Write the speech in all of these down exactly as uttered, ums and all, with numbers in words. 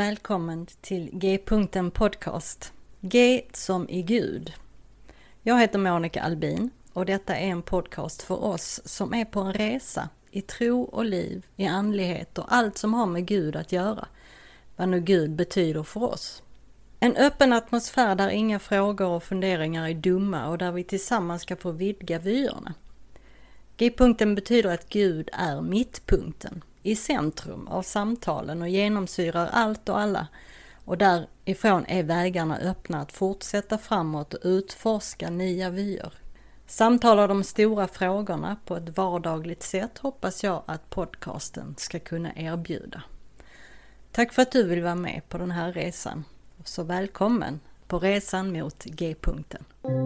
välkommen till G-punkten podcast. G som i Gud. Jag heter Monica Albin och detta är en podcast för oss som är på en resa i tro och liv, i andlighet och allt som har med Gud att göra. Vad nu Gud betyder för oss. En öppen atmosfär där inga frågor och funderingar är dumma och där vi tillsammans ska få vidga vyerna. G-punkten betyder att Gud är mittpunkten, i centrum av samtalen och genomsyrar allt och alla. Och därifrån är vägarna öppna att fortsätta framåt och utforska nya vyer. Samtala de stora frågorna på ett vardagligt sätt hoppas jag att podcasten ska kunna erbjuda. Tack för att du vill vara med på den här resan. Så välkommen på resan mot G-punkten.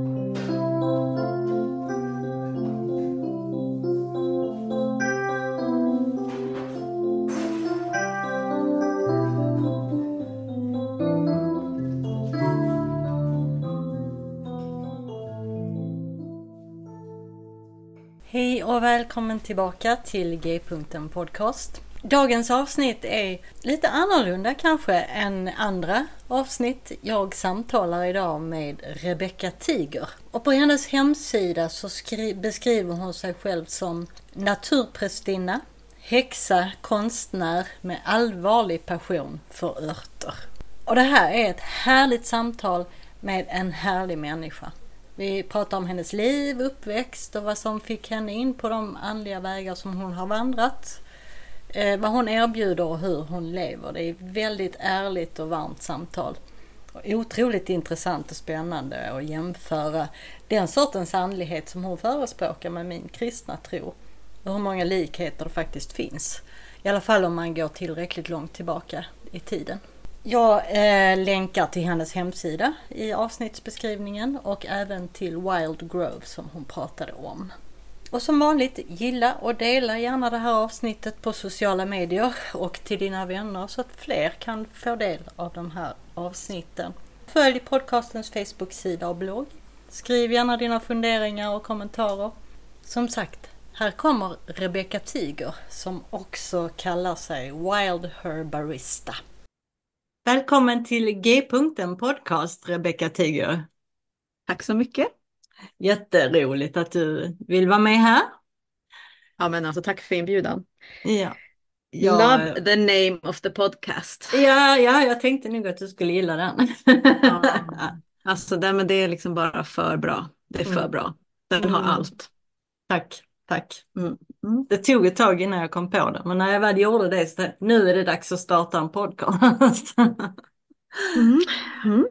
Hej och välkommen tillbaka till G-punkten podcast. Dagens avsnitt är lite annorlunda kanske än andra avsnitt. Jag samtalar idag med Rebecca Tiger. Och på hennes hemsida så skri- beskriver hon sig själv som naturprästinna, häxa, konstnär med allvarlig passion för örter. Och det här är ett härligt samtal med en härlig människa. Vi pratar om hennes liv, uppväxt och vad som fick henne in på de andliga vägar som hon har vandrat. Eh, vad hon erbjuder och hur hon lever. Det är väldigt ärligt och varmt samtal. Och otroligt intressant och spännande att jämföra den sortens andlighet som hon förespråkar med min kristna tro. Och hur många likheter det faktiskt finns. I alla fall om man går tillräckligt långt tillbaka i tiden. Jag eh, länkar till hennes hemsida i avsnittsbeskrivningen och även till Wild Grove som hon pratade om. Och som vanligt, gilla och dela gärna det här avsnittet på sociala medier och till dina vänner så att fler kan få del av de här avsnitten. Följ podcastens Facebook-sida och blogg. Skriv gärna dina funderingar och kommentarer. Som sagt, här kommer Rebecca Tiger som också kallar sig Wild Herbarista. Välkommen till G-punkten podcast, Rebecca Tiger. Tack så mycket. Jätteroligt att du vill vara med här. Ja, men alltså tack för inbjudan. Ja. Jag... Love the name of the podcast. Ja, ja, jag tänkte nog att du skulle gilla den. Ja, alltså det, men det är liksom bara för bra. Det är för Mm. bra. Den Mm. har allt. Tack, tack. Mm. Mm. Det tog ett tag innan jag kom på det. Men när jag väl gjorde det så nu är det dags att starta en podcast. Mm. Mm.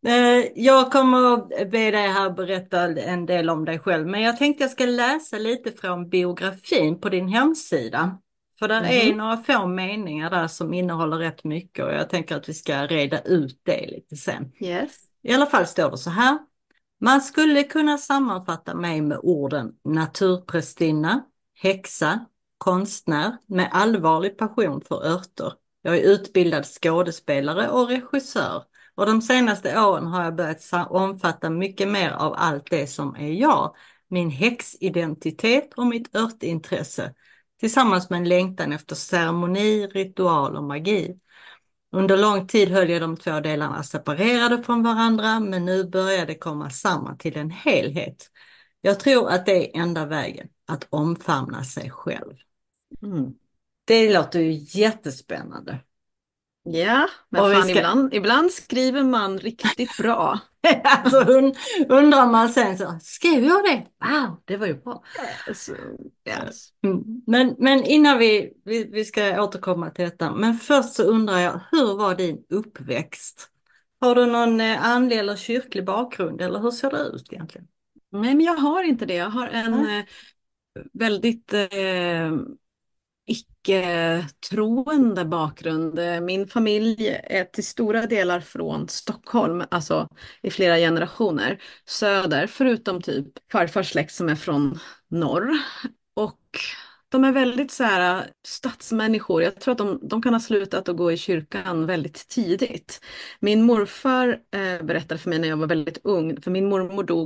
Jag kommer att be dig här berätta en del om dig själv. Men jag tänkte jag ska läsa lite från biografin på din hemsida. För där Mm. är några få meningar där som innehåller rätt mycket. Och jag tänker att vi ska reda ut det lite sen. Yes. I alla fall står det så här. Man skulle kunna sammanfatta mig med orden naturprästinna, häxa, konstnär med allvarlig passion för örter. Jag är utbildad skådespelare och regissör. Och de senaste åren har jag börjat omfatta mycket mer av allt det som är jag. Min häxidentitet och mitt örtintresse. Tillsammans med en längtan efter ceremoni, ritual och magi. Under lång tid höll jag de två delarna separerade från varandra. Men nu börjar det komma samman till en helhet. Jag tror att det är enda vägen att omfamna sig själv. Mm. Det låter ju jättespännande. Ja, men och fan, ska... ibland, ibland skriver man riktigt bra. Alltså und, undrar man sen så, skrev jag det? Wow, det var ju bra. Yes. Yes. Mm. Men, men innan vi, vi, vi ska återkomma till detta. Men först så undrar jag, hur var din uppväxt? Har du någon eh, andlig eller kyrklig bakgrund eller hur ser det ut egentligen? Nej, men jag har inte det. Jag har en Mm. eh, väldigt... Eh, icke-troende bakgrund. Min familj är till stora delar från Stockholm, alltså i flera generationer söder, förutom typ farfars släkt som är från norr. Och de är väldigt så här stadsmänniskor. Jag tror att de, de kan ha slutat att gå i kyrkan väldigt tidigt. Min morfar eh, berättade för mig när jag var väldigt ung, för min mormor dog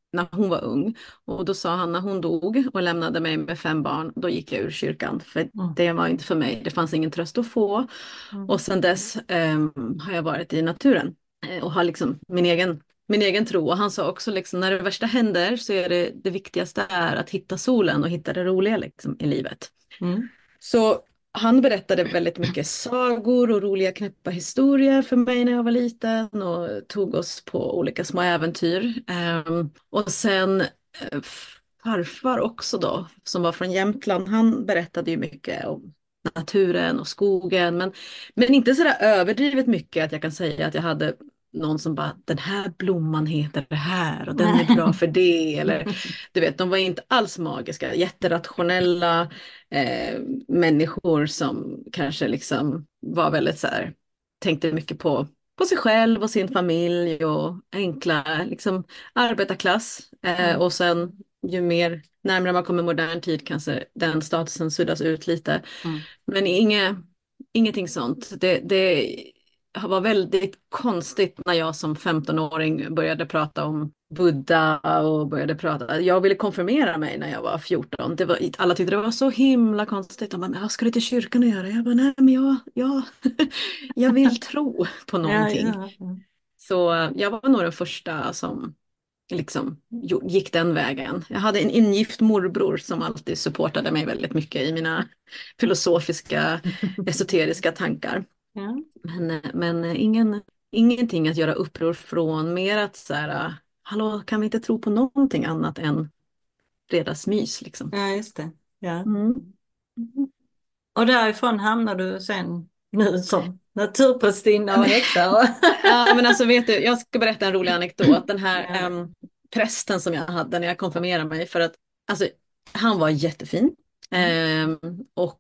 när hon var ung. Och då sa han när hon dog och lämnade mig med fem barn, då gick jag ur kyrkan. För Mm. det var inte för mig, det fanns ingen tröst att få. Mm. Och sedan dess eh, har jag varit i naturen eh, och har liksom min egen, min egen tro. Och han sa också liksom när det värsta händer så är det det viktigaste är att hitta solen och hitta det roliga liksom i livet. Mm. Så han berättade väldigt mycket sagor och roliga knäppa historier för mig när jag var liten och tog oss på olika små äventyr. Ehm, och sen eh, farfar också då, som var från Jämtland, han berättade ju mycket om naturen och skogen, men, men inte sådär överdrivet mycket att jag kan säga att jag hade någon som bara, den här blomman heter det här och den är bra för det. Eller, du vet, de var inte alls magiska, jätterationella eh, människor som kanske liksom var väldigt så här, tänkte mycket på, på sig själv och sin familj och enkla liksom arbetarklass. Eh, Mm. och sen ju mer närmare man kommer modern tid kanske den statusen suddas ut lite. Mm. Men inge, ingenting sånt. Det, det var väldigt konstigt när jag som femton-åring började prata om Buddha och började prata. Jag ville konfirmera mig när jag var fjorton. Det var, alla tyckte det var så himla konstigt. De bara, men vad ska du till kyrkan och göra? Jag bara, nej men jag, jag, jag vill tro på Ja, någonting. ja, ja. Så jag var nog den första som liksom jo- gick den vägen. Jag hade en ingift morbror som alltid supportade mig väldigt mycket i mina filosofiska, esoteriska tankar. Ja. Men, men ingen, ingenting att göra uppror från, mer att så här, hallå, kan vi inte tro på någonting annat än fredagsmys liksom. Ja, just det. Ja. Mm. Och därifrån hamnar du sen nu som naturprästinna och häxa. Ja, men alltså vet du, jag ska berätta en rolig anekdot. Den här Ja. em, prästen som jag hade när jag konfirmerade mig, för att alltså, han var jättefin. Em, och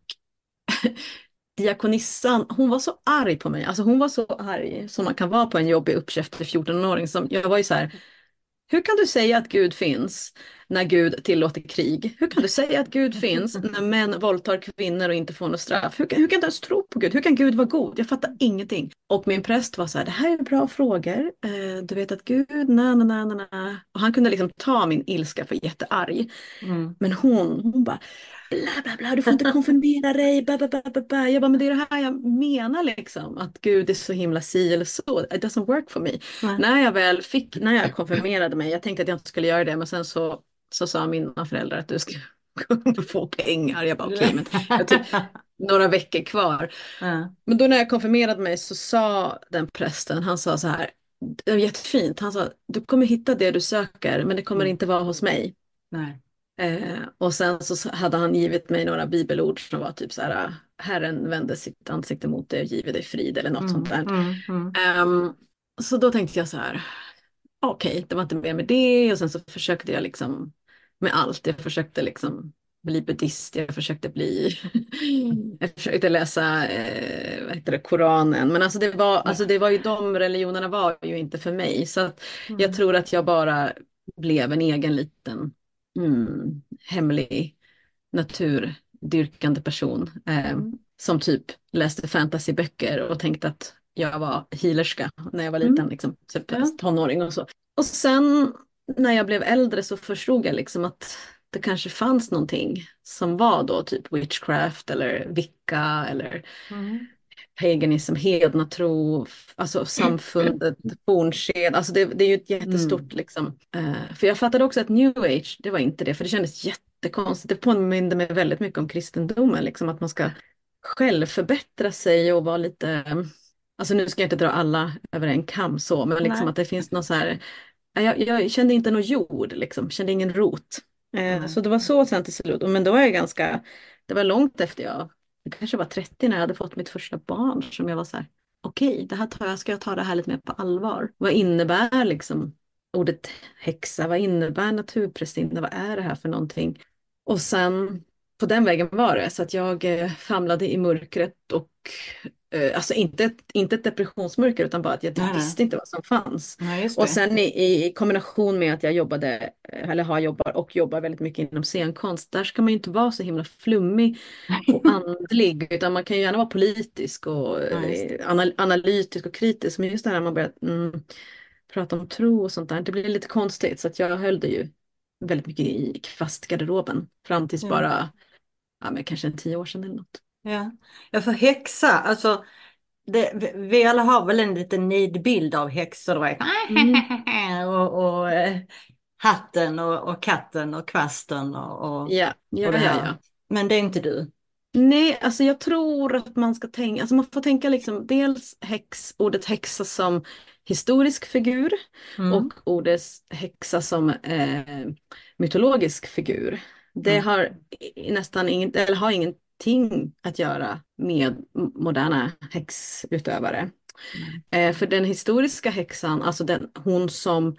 diakonissan, hon var så arg på mig. Alltså hon var så arg som man kan vara på en jobbig uppkäftig fjorton-åring. Som, jag var ju så här, hur kan du säga att Gud finns när Gud tillåter krig? Hur kan du säga att Gud finns när män våldtar kvinnor och inte får något straff? Hur, kan- hur kan du ens tro på Gud? Hur kan Gud vara god? Jag fattar ingenting. Och min präst var så här, det här är bra frågor. Eh, du vet att Gud, na, na, na, na, na. Och han kunde liksom ta min ilska för jättearg. Mm. Men hon, hon bara, bla bla bla, du får inte konfirmera dig, bla, bla, bla, bla, bla. Jag bara, men det är det här jag menar liksom, att Gud är så himla si eller så. It doesn't work for me. Nej. När jag väl fick, när jag konfirmerade mig, jag tänkte att jag inte skulle göra det, men sen så, så sa mina föräldrar att du ska få pengar. Jag bara, okej, men jag har typ några veckor kvar. Ja. Men då när jag konfirmerade mig så sa den prästen, han sa så här, det var jättefint, han sa, du kommer hitta det du söker, men det kommer Mm. inte vara hos mig. Nej. Eh, och sen så hade han givit mig några bibelord som var typ så här, Herren vände sitt ansikte mot dig och giver dig frid eller något Mm. sånt där. Mm. Mm. Ehm, så då tänkte jag så här, okej, det var inte mer med det. Och sen så försökte jag liksom med allt. Jag försökte liksom bli buddhist, jag försökte bli, jag försökte läsa eh, vad heter det, Koranen. Men alltså det var, alltså det var ju, de religionerna var ju inte för mig. Så att jag Mm. tror att jag bara blev en egen liten mm, hemlig naturdyrkande person. Eh, Mm. som typ läste fantasyböcker och tänkte att jag var healerska när jag var liten, Mm. liksom, typ Ja. tonåring och så. Och sen när jag blev äldre så förstod jag liksom att det kanske fanns någonting som var då typ witchcraft eller vicka eller Mm. paganism, hednatro, alltså samfundet, fornsed, alltså det, det är ju ett jättestort Mm. liksom. Eh, för jag fattade också att new age, det var inte det, för det kändes jättekonstigt. Det påminde mig väldigt mycket om kristendomen, liksom att man ska själv förbättra sig och vara lite, alltså nu ska jag inte dra alla över en kam så, men liksom Nej. att det finns något så här, jag, jag kände inte någon jord, liksom, kände ingen rot. Eh, Mm. så det var så sen till slut, men då var jag ganska, det var långt efter jag, jag kanske var trettio när jag hade fått mitt första barn som jag var så här, okej, det här tar jag, ska jag ta det här lite mer på allvar? Vad innebär liksom ordet häxa? Vad innebär naturprästinna? Vad är det här för någonting? Och sen på den vägen var det, så att jag eh, famlade i mörkret och eh, alltså inte ett, inte ett depressionsmörker utan bara att jag Nej, nej. visste inte vad som fanns. Ja, just Och det. sen i, i kombination med att jag jobbade, eller har jobbat och jobbar väldigt mycket inom scenkonst, där ska man ju inte vara så himla flummig och andlig, utan man kan ju gärna vara politisk och Ja, just eh, det. anal analytisk och kritisk. Men just det här man börjar, mm, prata om tro och sånt där. Det blir lite konstigt så att jag höll det ju väldigt mycket i kvastgarderoben fram tills Ja. bara, ja men kanske en tio år sedan eller något. Ja, ja för häxa, alltså det, vi vi alla har väl en liten nidbild av häxor, du vet. Mm. och, och eh, hatten och, och katten och kvasten och, och, Ja, och ja, det ja, här. ja. Men det är inte du. Nej, alltså jag tror att man ska tänka, alltså man får tänka liksom dels häx, ordet häxa som historisk figur Mm. och ordet häxa som eh, mytologisk figur. Det Mm. har i- nästan inget, eller har ingenting att göra med moderna häxutövare. Mm. Eh, för den historiska häxan, alltså den, hon som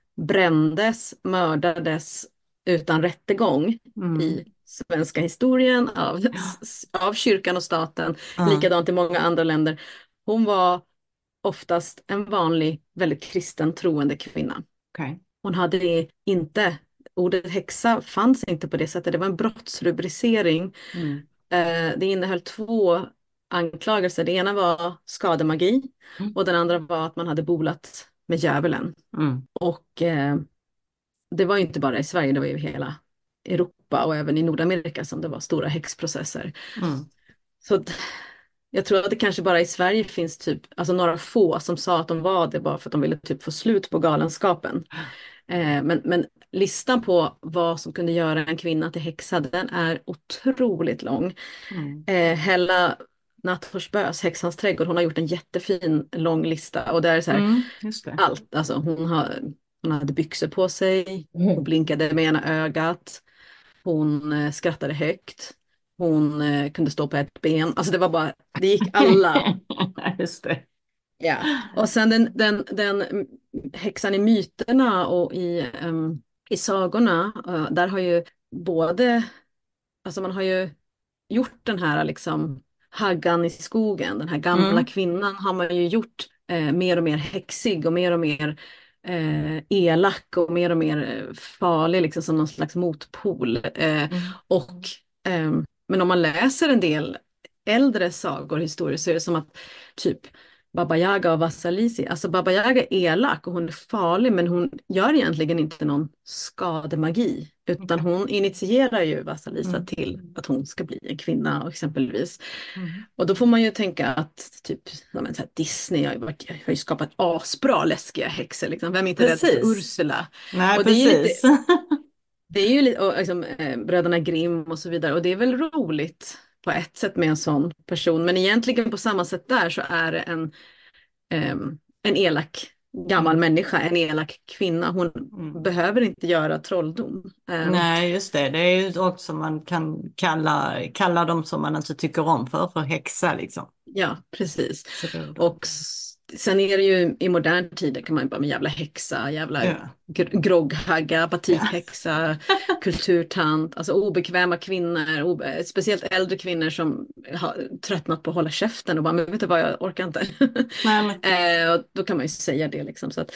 brändes, mördades utan rättegång Mm. i svenska historien av, Ja. av kyrkan och staten, Ja. likadant i många andra länder. Hon var oftast en vanlig, väldigt kristen troende kvinna. Okej. Hon hade inte, ordet häxa fanns inte på det sättet, det var en brottsrubricering. Mm. Eh, Det innehöll två anklagelser. Det ena var skademagi Mm. och den andra var att man hade bolat med djävulen. Mm. Och eh, det var ju inte bara i Sverige, det var ju i hela Europa och även i Nordamerika som det var stora häxprocesser. Mm. Så att jag tror att det kanske bara i Sverige finns typ, alltså några få som sa att de var det bara för att de ville typ få slut på galenskapen. Eh, men, men listan på vad som kunde göra en kvinna till häxa, den är otroligt lång. Mm. Eh, Hella Natthårsbös, Häxans trädgård, hon har gjort en jättefin lång lista och det är så här, Mm. Just det. allt, alltså hon, har, hon hade byxor på sig, hon Mm. blinkade med ena ögat, hon eh, skrattade högt, hon eh, kunde stå på ett ben, alltså det var bara, det gick alla. Just det. Ja. Och sen den, den, den mm, häxan i myterna och i, em, i sagorna, eh, där har ju både, alltså man har ju gjort den här liksom haggan i skogen, den här gamla Mm. kvinnan har man ju gjort eh, mer och mer häxig och mer och mer eh, elak och mer och mer eh, farlig liksom som någon slags motpol. Eh, Mm. och, ehm, men om man läser en del äldre sagor, historier, så är det som att typ Baba Yaga och Vasalisi, alltså Baba Yaga är elak och hon är farlig men hon gör egentligen inte någon skademagi utan Okej. hon initierar ju Vasalisa Mm. till att hon ska bli en kvinna exempelvis. Mm. Och då får man ju tänka att typ ja, men så här, Disney har ju, varit, har ju skapat asbra läskiga häxor. Liksom. Vem är inte rädd för Precis. Ursula? Nej, Och det är ju lite, precis. det är ju lite, och liksom, eh, Bröderna Grimm och så vidare. Och det är väl roligt på ett sätt med en sån person. Men egentligen på samma sätt där så är det en, ehm, en elak gammal Mm. människa, en elak kvinna. Hon Mm. behöver inte göra trolldom. Ehm, Nej, just det. Det är ju också man kan kalla, kalla dem som man inte tycker om för, för häxa liksom. ja, precis. Så det, Och s- sen är det ju i modern tid kan man ju bara med jävla häxa, jävla ja. gr- grogghagga, Ja. batikhäxa, kulturtant, alltså obekväma kvinnor, obe speciellt äldre kvinnor som har tröttnat på att hålla käften och bara, men vet du vad, jag orkar inte. Nej, men, eh, och då kan man ju säga det liksom. Så att,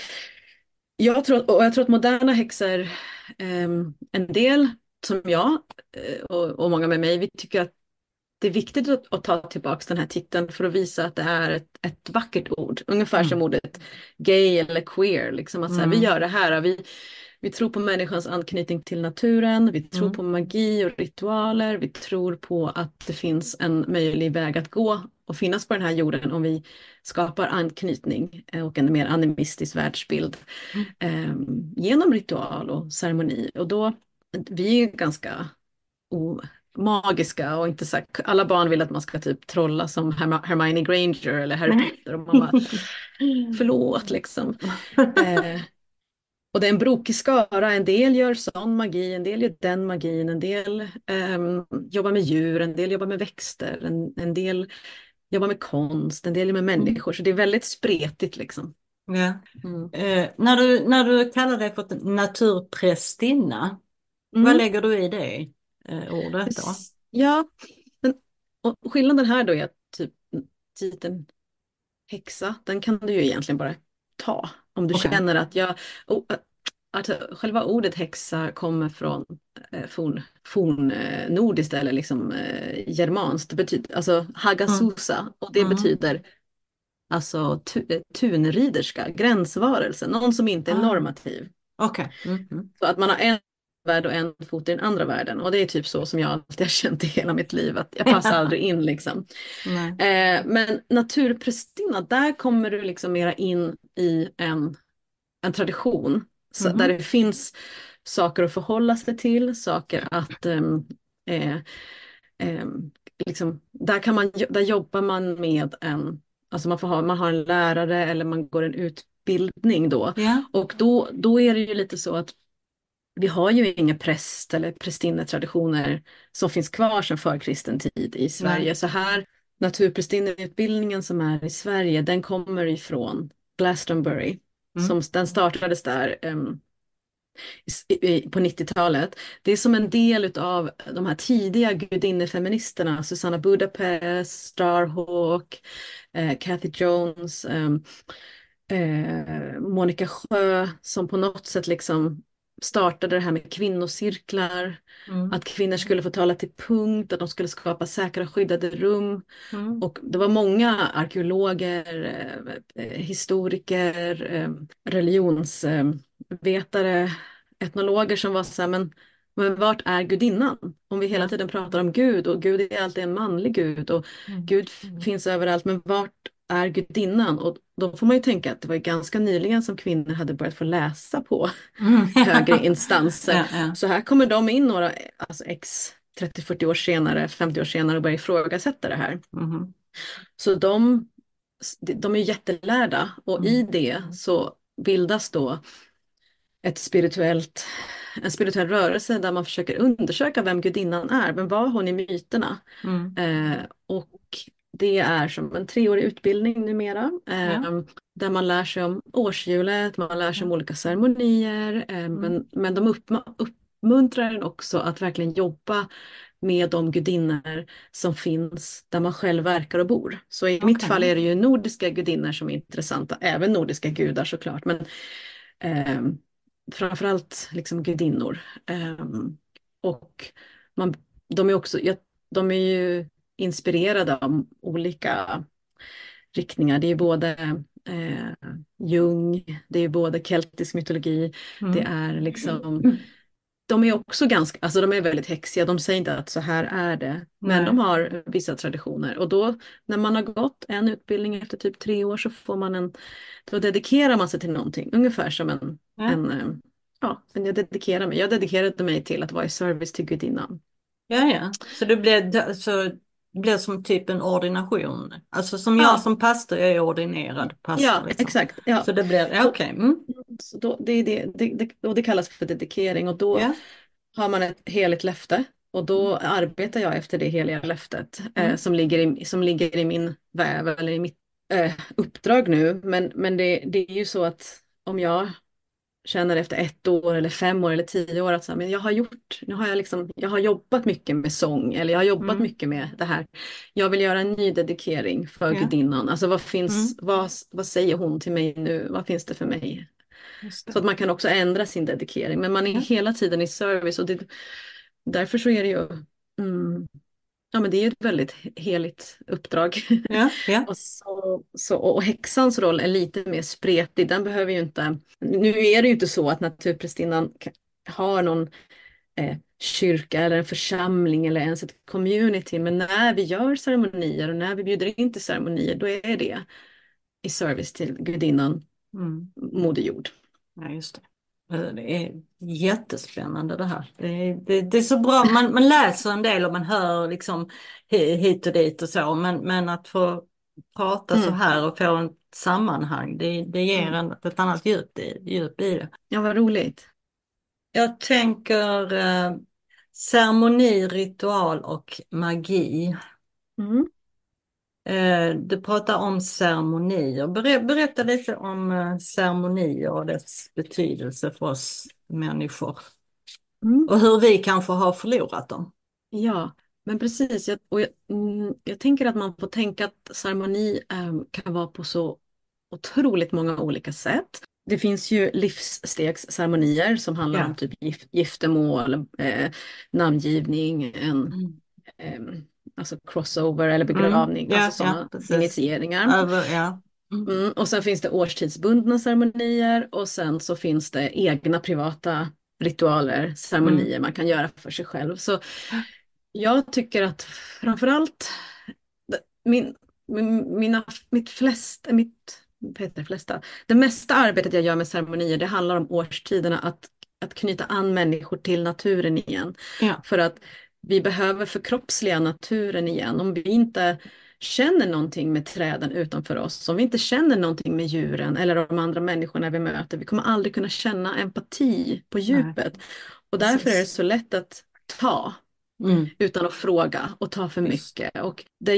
jag tror, och jag tror att moderna häxor, ehm, en del som jag eh, och, och många med mig, vi tycker att det är viktigt att, att ta tillbaka den här titeln för att visa att det är ett, ett vackert ord. Ungefär som mm. ordet gay eller queer. Liksom att så här, vi Mm. gör det här. Vi, vi tror på människans anknytning till naturen. Vi tror på Mm. magi och ritualer. Vi tror på att det finns en möjlig väg att gå och finnas på den här jorden om vi skapar anknytning eh, och en mer animistisk världsbild Mm. eh, genom ritual och ceremoni. Och då, vi är ganska o- magiska och inte så här, alla barn vill att man ska typ trolla som Herm- Hermione Granger eller Harry Potter och man bara förlåt liksom. Eh, och det är en brokig skara, en del gör sån magi, en del gör den magin, en del ehm, jobbar med djur, en del jobbar med växter, en, en del jobbar med konst, en del jobbar med Mm. människor, så det är väldigt spretigt liksom. Ja. Mm. Eh, när du, när du kallar dig för naturprästinna, vad Mm. lägger du i det eh, ordet då? Ja, men, och skillnaden här då är att typ titeln häxa, den kan du ju egentligen bara ta. Om du Okej. känner att jag, oh, alltså, själva ordet häxa kommer från eh, forn, fornnordiskt eller liksom eh, germanskt. Det betyder, alltså Mm. hagasusa och det Mm. betyder alltså tu, eh, tunriderska, gränsvarelse, någon som inte är Ah, normativ. okej. Mm, mm. Så att man har en värld och en fot i den andra världen. Och det är typ så som jag alltid har känt i hela mitt liv, att jag passar aldrig in liksom. Nej. Eh, men naturprästinna, där kommer du liksom mera in i en, en tradition. Så, där Mhm. det finns saker att förhålla sig till, saker att ehm, eh, ehm, liksom, där kan man, där jobbar man med en, alltså man får ha, man har en lärare eller man går en utbildning då. Ja. Och då, då är det ju lite så att vi har ju inga präst eller prästinnetraditioner som finns kvar sedan förkristen tid i Nej. Sverige. Så här, naturprästinneutbildningen som är i Sverige, den kommer ifrån Glastonbury. Mm. Som, den startades där um, i, i, på nittiotalet. Det är som en del av de här tidiga gudinnefeministerna, Susanna Budapest, Starhawk, eh, Kathy Jones, um, eh, Monica Sjö, som på något sätt liksom startade det här med kvinnocirklar, Mm. att kvinnor skulle få tala till punkt, att de skulle skapa säkra skyddade rum. Mm. Och det var många arkeologer, eh, eh, historiker, eh, religionsvetare, etnologer som var så här, men, men vart är gudinnan? Om vi hela Ja. tiden pratar om Gud och Gud är alltid en manlig Gud och Mm. Gud f- finns överallt, men vart är gudinnan? Och då får man ju tänka att det var ju ganska nyligen som kvinnor hade börjat få läsa på Mm. högre instanser. Ja, ja. Så här kommer de in några, alltså x trettio fyrtio år senare, femtio år senare och börjar ifrågasätta det här. Mhm. Så de, de är jättelärda och i Mm. det så bildas då ett spirituellt, en spirituell rörelse där man försöker undersöka vem gudinnan är, vem var hon i myterna? Mm. Eh, och det är som en treårig utbildning numera, Ja. eh, där man lär sig om årshjulet, man lär sig om olika ceremonier, eh, Mm. men, men de uppma- uppmuntrar en också att verkligen jobba med de gudinnor som finns där man själv verkar och bor. Så i mitt Okej. fall är det ju nordiska gudinnor som är intressanta, även nordiska gudar såklart, men eh, framförallt liksom gudinnor. Eh, och man, de är också, ja, de är ju inspirerade av olika riktningar. Det är både eh, Jung, det är både keltisk mytologi, det Mm. är liksom, de är också ganska, alltså de är väldigt häxiga, de säger inte att så här är det, men Nej. de har vissa traditioner. Och då när man har gått en utbildning efter typ tre år så får man en, då dedikerar man sig till någonting, ungefär som en, Ja. en eh, ja, men jag dedikerar mig, jag dedikerade mig till att vara i service till gudinnan. Ja, ja. Så det blir, så det blir som typ en ordination. Alltså som jag Ja, som pastor, jag är ordinerad pastor ja, liksom. exakt. Ja. Så det blir, ja, Och, okej. Mm. så då, det, är det, det, det, och det kallas för dedikering och då Ja. har man ett heligt löfte och då arbetar jag efter det heliga löftet eh, Mm. som ligger i, som ligger i min väv eller i mitt eh, uppdrag nu. Men, men det, det är ju så att om jag känner efter ett år eller fem år eller tio år att så här, men jag har gjort, nu har jag liksom, jag har jobbat mycket med sång eller jag har jobbat Mm. mycket med det här. Jag vill göra en ny dedikering för Ja. gudinnan. Alltså vad finns, Mm. vad, vad säger hon till mig nu? Vad finns det för mig? Just Så det. att man kan också ändra sin dedikering. Men man är Ja. hela tiden i service och det, därför så är det ju, mm, ja men det är ju ett väldigt heligt uppdrag. Ja. Ja. Och, så, så, och häxans roll är lite mer spretig. Den behöver ju inte, nu är det ju inte så att naturprästinnan ka- har någon eh, kyrka eller en församling eller ens ett community. Men när vi gör ceremonier och när vi bjuder in till ceremonier, då är det i service till gudinnan Mm. Moder Jord. Ja, just det. Det är jättespännande det här. Det är, det, det är så bra, man, man läser en del och man hör liksom hi- hit och dit och så, men, men att få prata så Mm. här och få en sammanhang, det, det ger Mm. en ett annat djup i, djup i det. Ja, vad roligt. Jag tänker eh, ceremoni, ritual och magi. Mm. Eh, du pratar om ceremonier. Ber, berätta lite om eh, ceremonier och dess betydelse för oss människor. Mm. Och hur vi kanske har förlorat dem. Ja, men precis. Jag, och jag, mm, jag tänker att man får tänka att ceremoni eh, kan vara på så otroligt många olika sätt. Det finns ju livsstegsceremonier som handlar Ja. om typ gif, giftermål, eh, namngivning, en, Mm. eh, alltså crossover eller Mm. begravning, Ja, alltså ja, sådana precis. initieringar. Över, ja. Mm. Mm, och sen finns det årstidsbundna ceremonier och sen så finns det egna privata ritualer, Mm. ceremonier man kan göra för sig själv. Så jag tycker att framförallt min, min, mina, mitt flest, mitt, vad heter det, flesta, det mesta arbetet jag gör med ceremonier, det handlar om årstiderna, att, att knyta an människor till naturen igen. Ja. För att vi behöver förkroppsliga naturen igen. Om vi inte känner någonting med träden utanför oss, om vi inte känner någonting med djuren eller de andra människorna vi möter, vi kommer aldrig kunna känna empati på Nej, djupet. Och därför är det precis. så lätt att ta Mm. utan att fråga och ta för Just. mycket. Och det är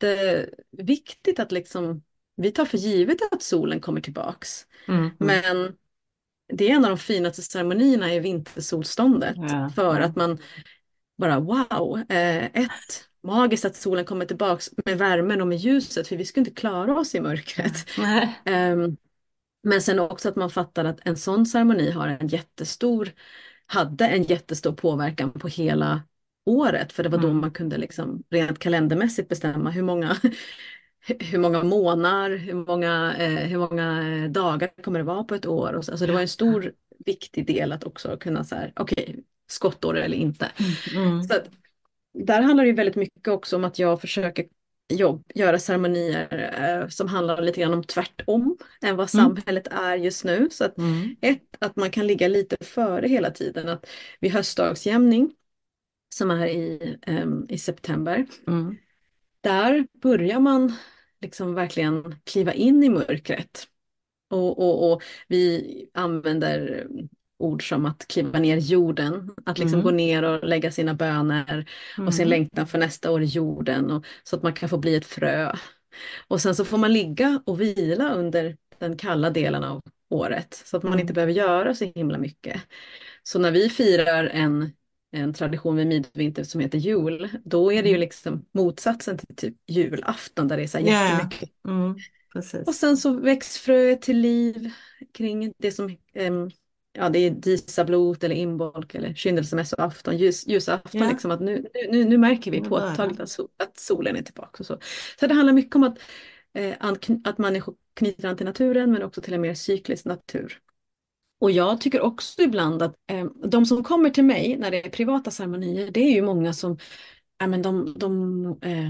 jätteviktigt att liksom, vi tar för givet att solen kommer tillbaks. Mm. Mm. Men det är en av de finaste ceremonierna i vintersolståndet. Ja, För ja. att man bara wow, eh, ett, magiskt att solen kommer tillbaks med värmen och med ljuset, för vi skulle inte klara oss i mörkret. Nej. Ehm, men sen också att man fattar att en sån ceremoni har en jättestor, hade en jättestor påverkan på hela året. För det var då Mm. man kunde liksom rent kalendermässigt bestämma hur många, hur många månader, hur många, eh, hur många eh, dagar kommer det vara på ett år. Och så. Alltså det var Ja. en stor viktig del att också kunna så här, okej, skottår eller inte. Mm. Mm. Så att, där handlar det ju väldigt mycket också om att jag försöker jobb, göra ceremonier eh, som handlar lite grann om tvärtom än vad Mm. samhället är just nu. Så att Mm. ett, att man kan ligga lite före hela tiden. Att vid höstdagsjämning som är i, em, i september, Mm. där börjar man liksom verkligen kliva in i mörkret. Och, och, och vi använder ord som att kliva ner jorden, att liksom gå Mm. ner och lägga sina böner och sin Mm. längtan för nästa år i jorden, och, så att man kan få bli ett frö. Och sen så får man ligga och vila under den kalla delen av året så att man inte Mm. behöver göra så himla mycket. Så när vi firar en, en tradition vid midvinter som heter jul, då är det ju Mm. liksom motsatsen till typ julafton där det är så här Ja, ja. jättemycket. Mm. Och Precis. sen så väcks fröet till liv kring det som, em, ja det är Disablot eller imbolc eller skyndelsemässoafton, ljus, ljusafton, Ja, liksom att nu, nu, nu märker vi nu börjar påtagligt den. att, sol, att solen är tillbaka och så. Så det handlar mycket om att, eh, ankn- att människor knyter an till naturen men också till en mer cyklisk natur. Och jag tycker också ibland att eh, de som kommer till mig när det är privata ceremonier, det är ju många som, ja men de, de eh,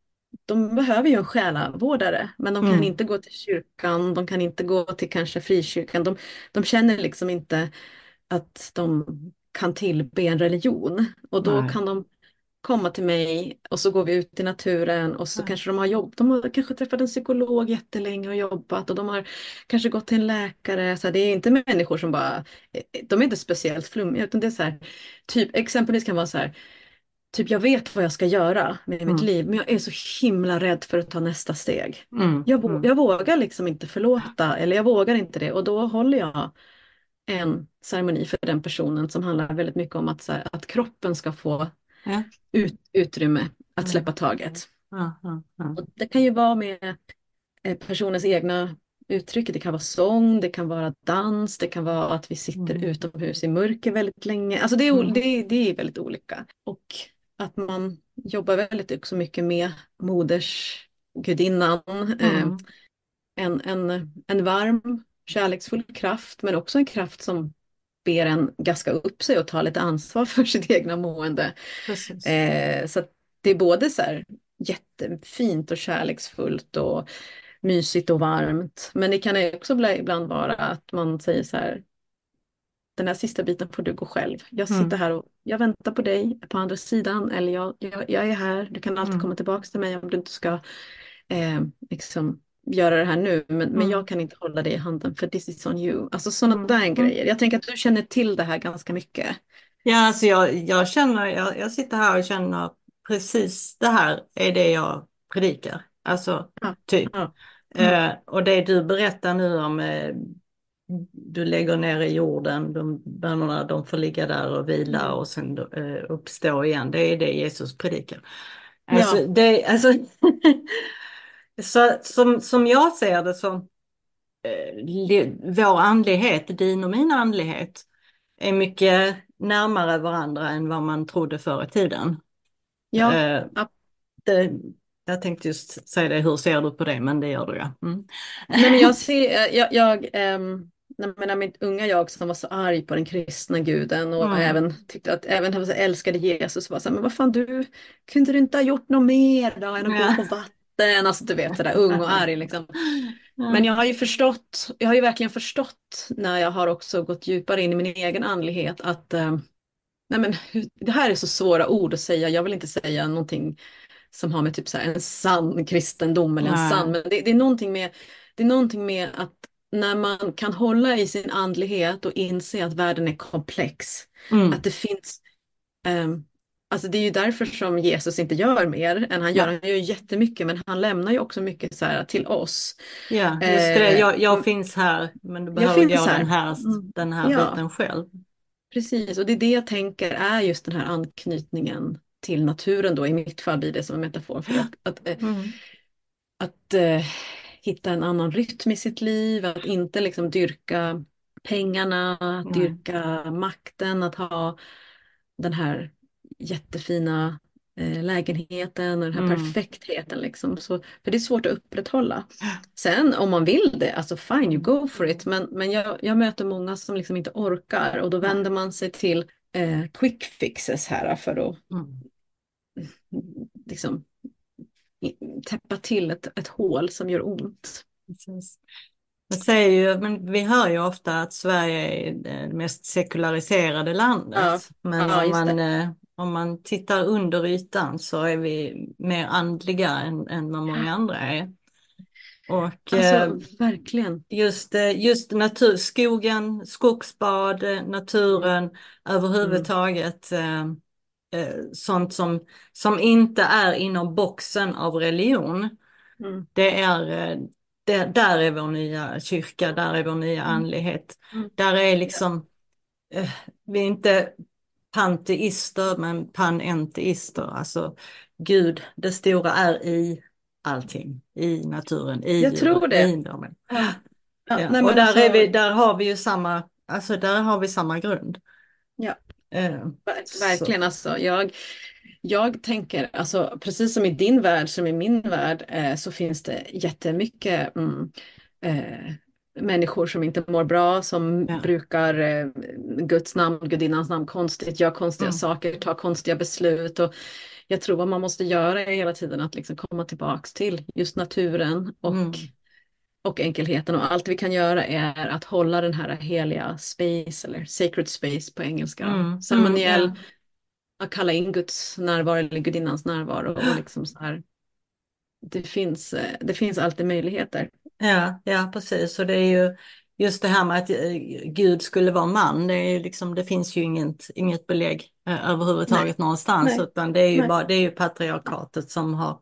de behöver ju en själavårdare, men de kan Mm. inte gå till kyrkan, de kan inte gå till kanske frikyrkan. De, de känner liksom inte att de kan tillbe en religion. Och då Nej. kan de komma till mig och så går vi ut i naturen och så Ja. kanske de har jobb. De har kanske träffat en psykolog jättelänge och jobbat och de har kanske gått till en läkare. Så här, det är inte människor som bara, de är inte speciellt flummiga utan det är så här, typ exempelvis kan vara så här, typ jag vet vad jag ska göra med mitt Mm. liv, men jag är så himla rädd för att ta nästa steg. Mm. Jag, vå- Mm. jag vågar liksom inte förlåta, eller jag vågar inte det. Och då håller jag en ceremoni för den personen som handlar väldigt mycket om att, så här, att kroppen ska få Ja. ut, utrymme att Mm. släppa taget. Ja, ja, ja. Och det kan ju vara med eh, personens egna uttryck. Det kan vara sång, det kan vara dans, det kan vara att vi sitter Mm. utomhus i mörker väldigt länge. Alltså det är, o- Mm. det, det är väldigt olika. Och att man jobbar väldigt också mycket med modersgudinnan. Eh, Mm. en, en, en varm, kärleksfull kraft, men också en kraft som ber en gaska upp sig och ta lite ansvar för sitt egna mående. Precis. Eh, så att det är både så här jättefint och kärleksfullt och mysigt och varmt. Men det kan också bli- ibland vara att man säger så här, den här sista biten får du gå själv. Jag sitter Mm. här och jag väntar på dig på andra sidan, eller jag, jag, jag är här, du kan alltid Mm. komma tillbaka till mig om du inte ska eh, liksom, göra det här nu. Men, men jag Mm. kan inte hålla dig i handen för this is on you. Alltså sådana Mm. där Mm. grejer. Jag tänker att du känner till det här ganska mycket. Ja, alltså jag, jag känner, jag, jag sitter här och känner precis det här är det jag predikar. Alltså, Ja, typ. ja. Mm, Eh, och det du berättar nu om eh, du lägger ner i jorden, de bönorna de får ligga där och vila mm. och sen eh, uppstå igen. Det är det Jesus predikar. Ja, Alltså, det, alltså så, som, som jag ser det så eh, le- vår andlighet, din och min andlighet, är mycket närmare varandra än vad man trodde förr i tiden. ja, Eh, ja, det, jag tänkte just säga det, hur ser du på det? Men det gör du ja. Mm. Nej men jag ser, jag, jag ehm, när, när mitt unga jag som var så arg på den kristna guden och Mm. även tyckte att även han så älskade Jesus var så här, men vad fan du, kunde du inte ha gjort något mer då än att gå Ja. på vatten? Alltså du vet det där ung och arg liksom. Men Ja. jag har ju förstått, jag har ju verkligen förstått när jag har också gått djupare in i min egen andlighet att eh, nej men, hur- det här är så svåra ord att säga. Jag vill inte säga någonting som har med typ så här en sann kristendom eller en sann, Nej. men det, det är någonting med, det är någonting med att när man kan hålla i sin andlighet och inse att världen är komplex, att Mm. det finns, ehm, alltså det är ju därför som Jesus inte gör mer än han gör. Ja. Han gör ju jättemycket, men han lämnar ju också mycket så här till oss. Ja, just det. Eh, Jag, jag finns här, men du jag behöver gå finns här. den här, Mm. den här Ja. biten själv. Precis, och det är det jag tänker är just den här anknytningen till naturen då. I mitt fall blir det som en metafor för att, att, eh, Mm. att eh, hitta en annan rytm i sitt liv, att inte liksom dyrka pengarna, att Nej. dyrka makten, att ha den här jättefina eh, lägenheten och den här Mm. perfektheten liksom. Så, för det är svårt att upprätthålla. Sen om man vill det, alltså fine you Mm. go for it. Men, men jag, jag möter många som liksom inte orkar och då Nej. vänder man sig till eh, quick fixes här för att Mm. liksom i- täppa till ett, ett hål som gör ont. Precis. Man säger ju, men vi hör ju ofta att Sverige är det mest sekulariserade Ja, landet. Men ja om just man, det. eh, om man tittar under ytan så är vi mer andliga än, än vad många andra är. Och eh, Alltså verkligen. just, eh, just natur, skogen, skogsbad, eh, Mm, naturen mm, överhuvudtaget. Eh, eh, sånt som, som inte är inom boxen av religion. mm, Det är, eh, det, där är vår nya kyrka, där är vår nya mm, andlighet. mm. Där är Ja. liksom, eh, vi är inte panteister men panenteister. Alltså Gud, det stora är i allting. I naturen, i Jag tror djuren, det. i människan. Ja. Ja, Ja, nej och men där är alltså, vi, där har vi ju samma, alltså där har vi samma grund. ja, Eh, ver- så, verkligen alltså. Jag, jag tänker, alltså precis som i din värld som i min värld eh, så finns det jättemycket mm, eh, människor som inte mår bra, som ja. brukar eh, Guds namn, gudinnans namn konstigt, gör konstiga Mm, saker, tar konstiga beslut. Och jag tror vad man måste göra är hela tiden att liksom komma tillbaks till just naturen och mm, och enkelheten och allt vi kan göra är att hålla den här heliga space eller sacred space på engelska. mm, mm, Ceremoniell, ja. att kalla in Guds närvaro eller gudinnans närvaro och liksom så här. Det finns, eh, det finns alltid möjligheter. Ja, ja, precis. Och det är ju just det här med att eh, Gud skulle vara man. Det är ju liksom, det finns ju inget, inget belägg eh, Nej, överhuvudtaget någonstans, nej, utan det är ju nej. bara, det är ju patriarkatet som har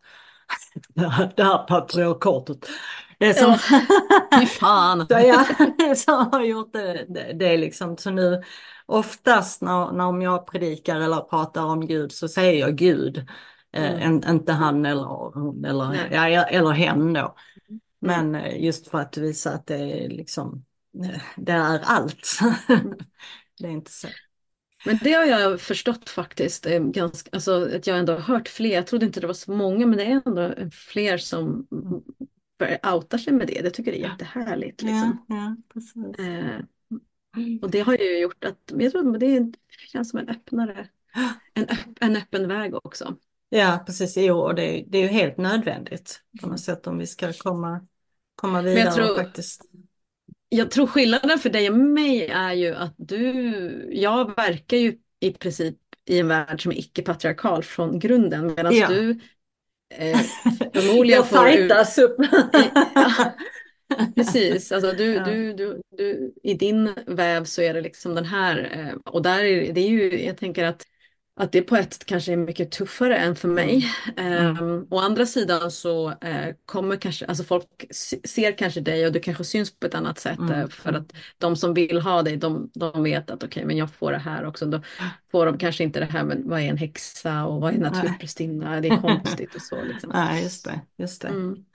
det här, det här patriarkatet. Det är som Ja, fy fan. så ja, som har gjort det, det, det är liksom så nu oftast när, när om jag predikar eller pratar om Gud så säger jag Gud, eh, Mm, en- inte han eller hon eller, nej. ja, ja, eller hen då. Mm, Men eh, just för att visa att det är liksom, eh, det är allt. mm. Det är inte så. Men det har jag förstått faktiskt. eh, Ganska, alltså, att jag ändå har hört fler. Jag trodde inte det var så många, men det är ändå fler som Mm. börjar outa sig med det. Det tycker jag är jättehärligt. Ja, Liksom. ja, precis. Eh, Och det har ju gjort att, jag tror att det känns som en öppnare, en, öpp, en öppen väg också. Ja, precis. Jo, och det, är- det är ju helt nödvändigt på något sätt om vi ska komma, komma Men jag vidare och tror, faktiskt. jag tror skillnaden för dig och mig är ju att du, jag verkar ju i princip i en värld som är icke-patriarkal från grunden, medan Ja, du eh, förmodligen jag får ur, fightas upp. i, ja, precis, alltså du, Ja. du, du, du, i din väv så är det liksom den här, eh, och där är det är ju, jag tänker att Att det på ett sätt kanske är mycket tuffare än för mig. Mm. Mm. Um, å andra sidan så eh, kommer kanske, alltså folk se- ser kanske dig och du kanske syns på ett annat sätt. Eh, Mm. för att de som vill ha dig, de, de vet att okej, men jag får det här också. Då får de kanske inte det här, men vad är en häxa och vad är en Nej. naturprästinna? Det är konstigt och så liksom. Nej, just det. Just det. Mm.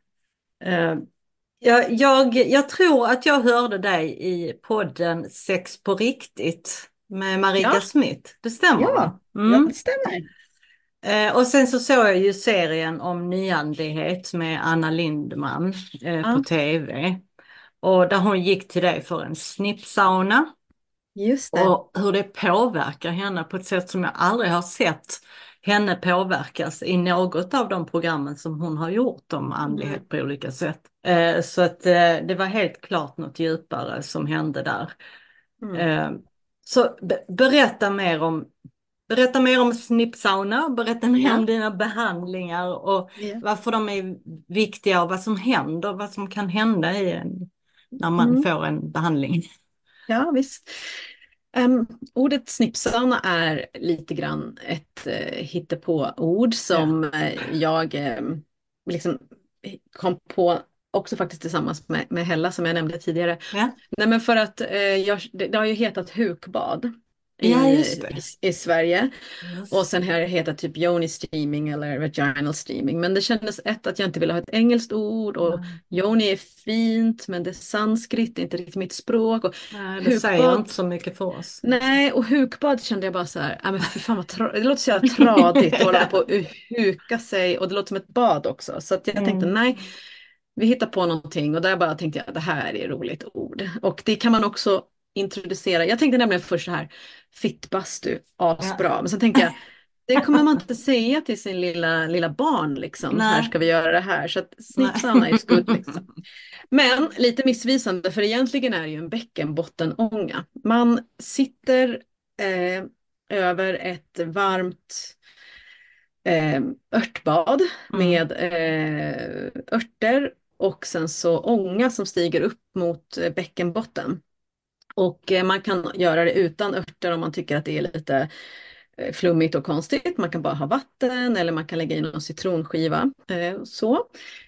Eh, jag, jag, jag tror att jag hörde dig i podden Sex på riktigt med Marika Ja, Smith. Det stämmer ja, va? ja, Mm. det stämmer. Eh, och sen så såg jag ju serien om nyandlighet med Anna Lindman eh, på Ja, T V. Och där hon gick till det för en snippsauna. just det. Och hur det påverkar henne på ett sätt som jag aldrig har sett henne påverkas i något av de programmen som hon har gjort om Mm. andlighet på olika sätt. Eh, så att eh, det var helt klart något djupare som hände där. Mm. Eh, så be- berätta mer om Berätta mer om snippsauna, berätta mer Ja. om dina behandlingar och Ja. varför de är viktiga och vad som händer, vad som kan hända i en, när man Mm. får en behandling. Ja, visst. Em, ordet snippsauna är lite grann ett uh, hittepå-ord Ja. som eh, jag em, liksom kom på också faktiskt tillsammans med, med Hella som jag nämnde tidigare. Ja, Nej, men för att eh, jag, det, det har ju hetat hukbad i, ja just i, det. i Sverige. Och Just sen det. har det hetat typ yoni steaming eller vaginal steaming. Men det kändes ett att jag inte ville ha ett engelskt ord och Nej, yoni är fint men det är sanskrit, det är inte riktigt mitt språk. Och nej, det säger hukbad, inte så mycket för oss. Liksom. nej, och hukbad kände jag bara så här, ja men fy fan vad tra- det låter så jävla tradigt att hålla på och huka sig och det låter som ett bad också. Så att jag tänkte Mm. nej, vi hittar på någonting och där bara tänkte jag det här är ett roligt ord. Och det kan man också introducera. Jag tänkte nämligen först så här, fittbastu, Ja. asbra. Men sen tänkte jag, det kommer man inte säga till sin lilla, lilla barn liksom. Här Nej, ska vi göra det här. Så att nej. snippsauna is good liksom. Men lite missvisande för egentligen är det ju en bäckenbottenånga. Man sitter eh, över ett varmt eh, örtbad Mm. med eh, örter och sen så ånga som stiger upp mot eh, bäckenbotten. Och eh, man kan göra det utan örter om man tycker att det är lite eh, flummigt och konstigt. Man kan bara ha vatten eller man kan lägga in någon citronskiva. Eh, så.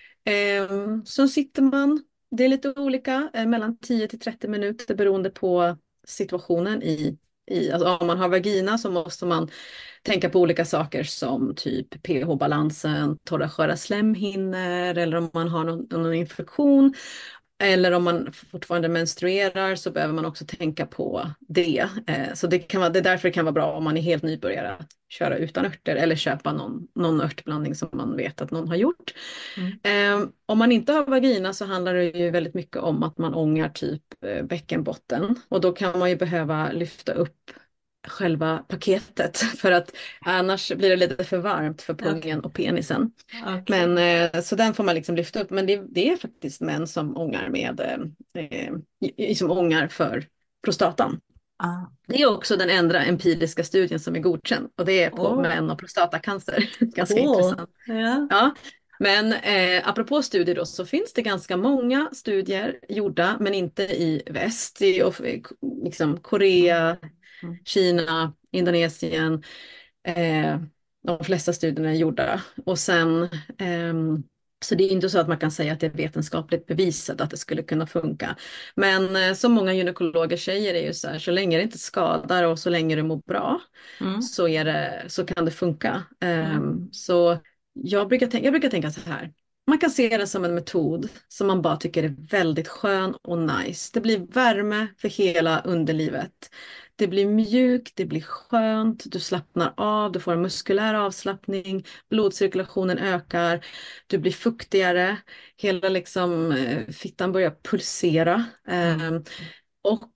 Eh, så sitter man, det är lite olika, eh, mellan tio till trettio minuter beroende på situationen i, i alltså om man har vagina så måste man tänka på olika saker som typ pH-balansen, torra sköra slemhinnor eller om man har någon, någon infektion. Eller om man fortfarande menstruerar så behöver man också tänka på det. Eh, så det, kan vara, det är därför det kan vara bra om man är helt nybörjare att köra utan örter eller köpa någon, någon örtblandning som man vet att någon har gjort. Mm. Eh, om man inte har vagina så handlar det ju väldigt mycket om att man ångar typ eh, bäckenbotten och då kan man ju behöva lyfta upp själva paketet för att annars blir det lite för varmt för Okej. pungen och penisen. Okej. Men eh, så den får man liksom lyfta upp. Men det, det är faktiskt män som ångar med eh, eh, i- som ångar för prostatan. Ah. Det är också den enda empiriska studien som är godkänd och det är på Oh. män och prostatacancer. Ganska Cool. intressant. Ja. Ja, men eh, apropå studier då så finns det ganska många studier gjorda men inte i väst. I of- liksom Mm. Korea, Mm. Kina, Indonesien. Eh, de flesta studierna är gjorda. Och sen, ehm, så det är inte så att man kan säga att det är vetenskapligt bevisat att det skulle kunna funka. Men eh, som många gynekologer säger är ju så här, så länge det inte skadar och så länge du mår bra Mm. så, är det, så kan det funka. Mm. Ehm, så jag brukar, tänka, jag brukar tänka så här. Man kan se det som en metod som man bara tycker är väldigt skön och nice. Det blir värme för hela underlivet. Det blir mjukt, det blir skönt, du slappnar av, du får en muskulär avslappning, blodcirkulationen ökar, du blir fuktigare, hela liksom eh, fittan börjar pulsera. Mm. Ehm, och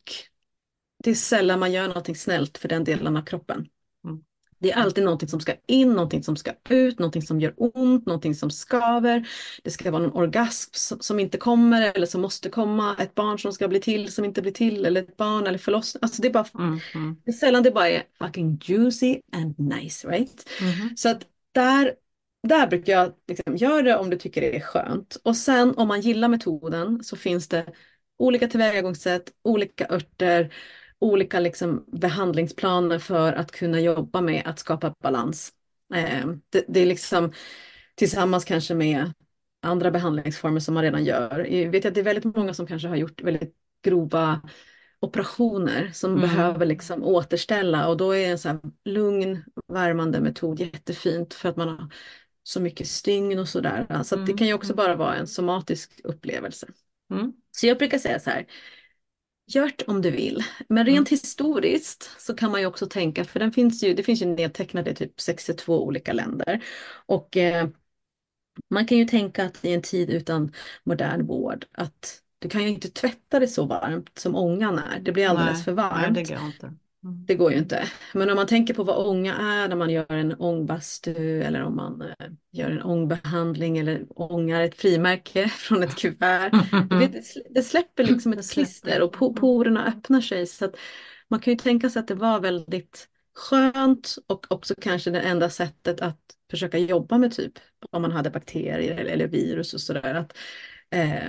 det är sällan man gör någonting snällt för den delen av kroppen. Mm. Det är alltid någonting som ska in, någonting som ska ut, någonting som gör ont, någonting som skaver. Det ska vara någon orgasm som som inte kommer eller som måste komma. Ett barn som ska bli till som inte blir till. Eller ett barn eller förlossning. Alltså det är bara, Mm. Mm. det är sällan det bara är fucking juicy and nice, right? Mhm. Så att där, där brukar jag liksom, gör det om du tycker det är skönt. Och sen om man gillar metoden så finns det olika tillvägagångssätt, olika örter, olika liksom behandlingsplaner för att kunna jobba med att skapa balans. Eh, det, det är liksom tillsammans kanske med andra behandlingsformer som man redan gör. Jag vet att det är väldigt många som kanske har gjort väldigt grova operationer som Mm. behöver liksom återställa och då är en så här lugn, värmande metod jättefint för att man har så mycket stygn och sådär. Så att det kan Mm. ju också Mm. bara vara en somatisk upplevelse. Mm. Så jag brukar säga så här, Gjort om du vill. Men Mm. rent historiskt så kan man ju också tänka, för den finns ju, det finns ju nedtecknade i typ sextiotvå olika länder. Och eh, man kan ju tänka att i en tid utan modern vård, att du kan ju inte tvätta det så varmt som ångan är. Det blir alldeles Nej, för nej, det varmt. går inte. Mm. Det går ju inte. Men om man tänker på vad ånga är när man gör en ångbastu eller om man eh, gör en ångbehandling eller ångar ett frimärke från ett kuvert. Du vet, det slä- det släpper liksom Det ett klister släpper. och po- Mm. porerna öppnar sig. Så att man kan ju tänka sig att det var väldigt skönt och också kanske det enda sättet att försöka jobba med typ om man hade bakterier eller, eller virus och sådär. Att eh,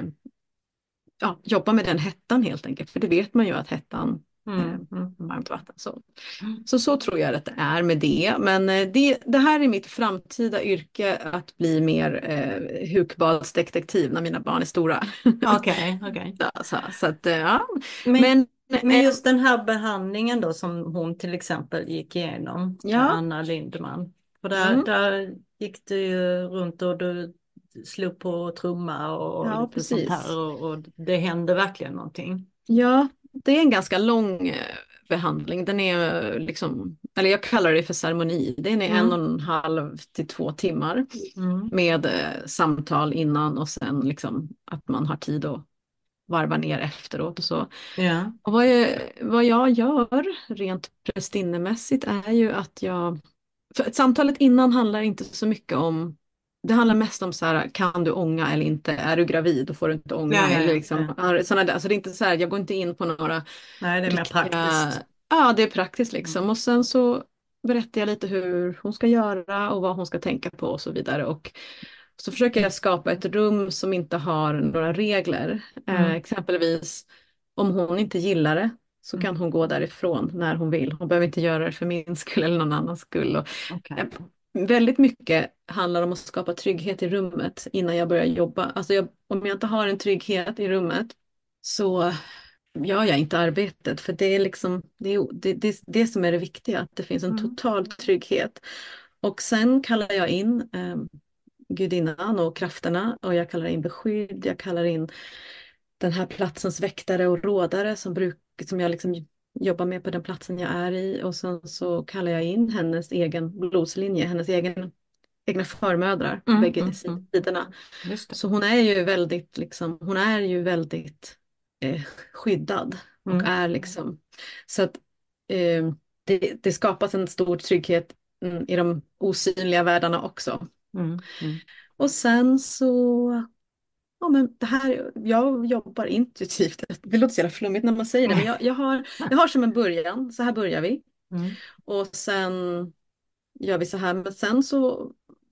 ja, jobba med den hettan helt enkelt. För det vet man ju att hettan eh, Mm. Mm. Mm. varmt vatten. Så. Så så tror jag att det är med det. Men eh, det, det här är mitt framtida yrke, att bli mer eh, hukbadsdetektiv när mina barn är stora. Okej, okej. så, så, så att, eh, ja. Men, Men men eh, just den här behandlingen då som hon till exempel gick igenom, ja, Anna Lindman. För där, mm, där gick du ju runt och du slog på trumma och ja, lite sånt här precis. och, och det hände verkligen någonting. Ja, det är en ganska lång eh, behandling. Den är eh, liksom, eller jag kallar det för ceremoni. Den är en och Mm. en halv till två timmar Mm. med eh, samtal innan och sen liksom att man har tid att varva ner efteråt och så. Ja. Och vad jag, vad jag gör rent prästinnemässigt är ju att jag... För samtalet innan handlar inte så mycket om... Det handlar mest om så här, kan du ånga eller inte? Är du gravid? Då får du inte Ja, ånga. ja, Eller ja, liksom, ja. ja, såna där. Alltså det är inte så här, jag går inte in på några Nej, det är mer riktiga... praktiskt. Ja, det är praktiskt Mm. liksom. Och sen så berättar jag lite hur hon ska göra och vad hon ska tänka på och så vidare. Och så försöker jag skapa ett rum som inte har några regler. Eh, Mm. exempelvis om hon inte gillar det så Mm. kan hon gå därifrån när hon vill. Hon behöver inte göra det för min skull eller någon annans skull. Och, Okej. eh, väldigt mycket handlar om att skapa trygghet i rummet innan jag börjar jobba. Alltså jag, om jag inte har en trygghet i rummet så gör jag inte arbetet. För det är liksom det, är, det, det, det som är det viktiga, att det finns en Mm. total trygghet. Och sen kallar jag in eh, gudinnan och krafterna och jag kallar in beskydd, jag kallar in den här platsens väktare och rådare som, bruk, som jag liksom jobbar med på den platsen jag är i och sen så kallar jag in hennes egen blodslinje, hennes egen, egna förmödrar på Mm. bägge Mm. Mm. sidorna. Just det. Så hon är ju väldigt liksom, hon är ju väldigt eh, skyddad och Mm. är liksom så att eh, det, det skapas en stor trygghet mm, i de osynliga världarna också. Mm. Mm. Och sen så, ja men det här, jag jobbar intuitivt. Det låter så jävla flummigt när man säger det, men jag, jag har, jag har som en början, så här börjar vi. Mm. Och sen gör vi så här, men sen så